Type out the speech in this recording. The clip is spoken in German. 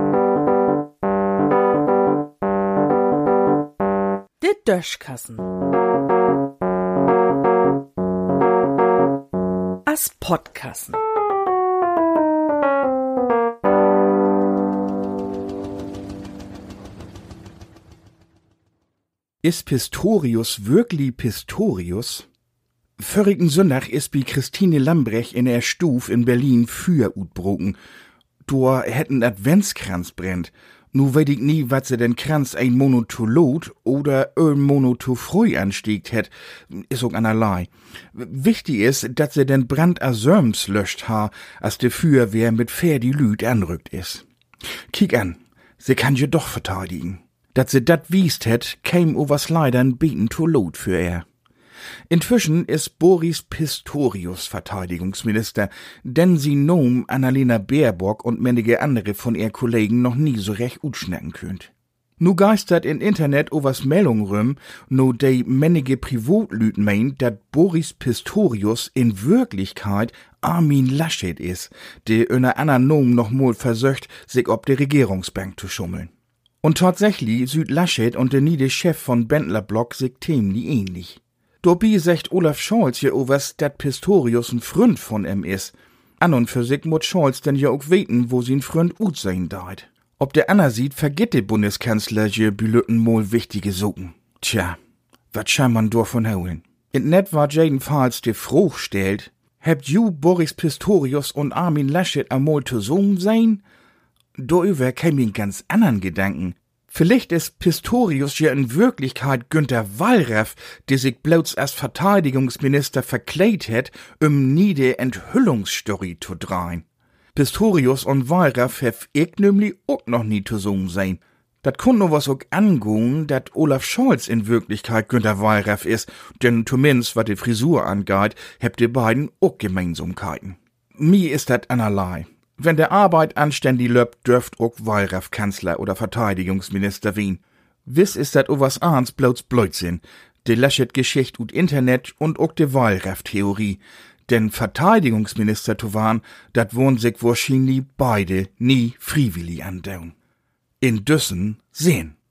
De Döschkassen. As Podkassen. Is Pistorius wirklich Pistorius? Vorigen Sonntag is bi Christine Lambrecht in der Stuf in Berlin Feuer utbroken. Da hätten Adventskranz brennt. Nu weet ich nie, wat se den Kranz ein Monotolot oder ein Monotofreu anstiegt het. Is auch einerlei. Wichtig is, dat se den Brand asörms löscht ha, as de Feuerwehr mit ferdi Lüd anrückt is. Kiek an, se kann je doch verteidigen. Dat se dat wiest het, käm overs Leidern beten Tolot für er. Inzwischen ist Boris Pistorius Verteidigungsminister, denn sie Nom Annalena Baerbock und manche andere von ihr Kollegen noch nie so recht utschnacken könnt. Nu geistert in Internet overs Meldung rum, no de manche Privatlüd meint, dat Boris Pistorius in Wirklichkeit Armin Laschet is, de einer anderen Nom noch mal versöcht, sich ob de Regierungsbank zu schummeln. Und tatsächlich süd Laschet und der niede Chef von Bendlerblock sich Themen ähnlich. Dobie sagt Olaf Scholz hier overs, dat Pistorius ein Freund von em is. An und für sich muss Scholz denn ja auch weten, wo sie ein Freund ut sein deit. Ob der Anna sieht, vergitt der Bundeskanzler je Bülütten mol wichtige Socken. Tja, wat schein man davon holen? In net war jedenfalls de Fruch stellt, habt ju Boris Pistorius und Armin Laschet amol zusammen sein? Darüber käm ich ganz anderen Gedanken. Vielleicht ist Pistorius ja in Wirklichkeit Günter Wallraff, der sich bloß als Verteidigungsminister verkleidet hat, nie de Enthüllungsstory zu drein. Pistorius und Wallraff hef ich nämlich auch noch nie zusammen sein. Dat kun nur was auch angehen, dat Olaf Scholz in Wirklichkeit Günter Wallraff is, denn zumindest wat die Frisur angeht, habt die beiden auch Gemeinsamkeiten. Mir ist dat einerlei. Wenn der Arbeit anständig löbt, dürft auch Wallraff Kanzler oder Verteidigungsminister wien. Wiss ist dat overs ahns bloß Blödsinn. De Laschet-Geschicht und Internet und auch de Wallraff-Theorie. Denn Verteidigungsminister zu waren, dat wohnt sich wahrscheinlich beide nie freiwillig andauen. In Düssen sehen.